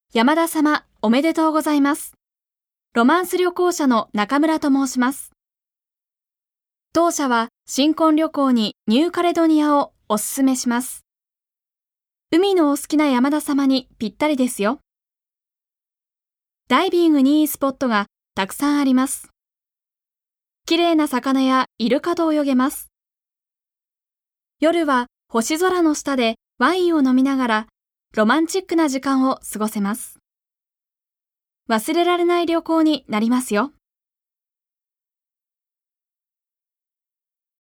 山田様、おめでとうございます。ロマンス旅行者の中村と申します。当社は新婚旅行にニューカレドニアをお勧めします。海のお好きな山田様にぴったりですよ。ダイビングにいいスポットがたくさんあります。綺麗な魚やイルカと泳げます。夜は星空の下でワインを飲みながらロマンチックな時間を過ごせます。忘れられない旅行になりますよ。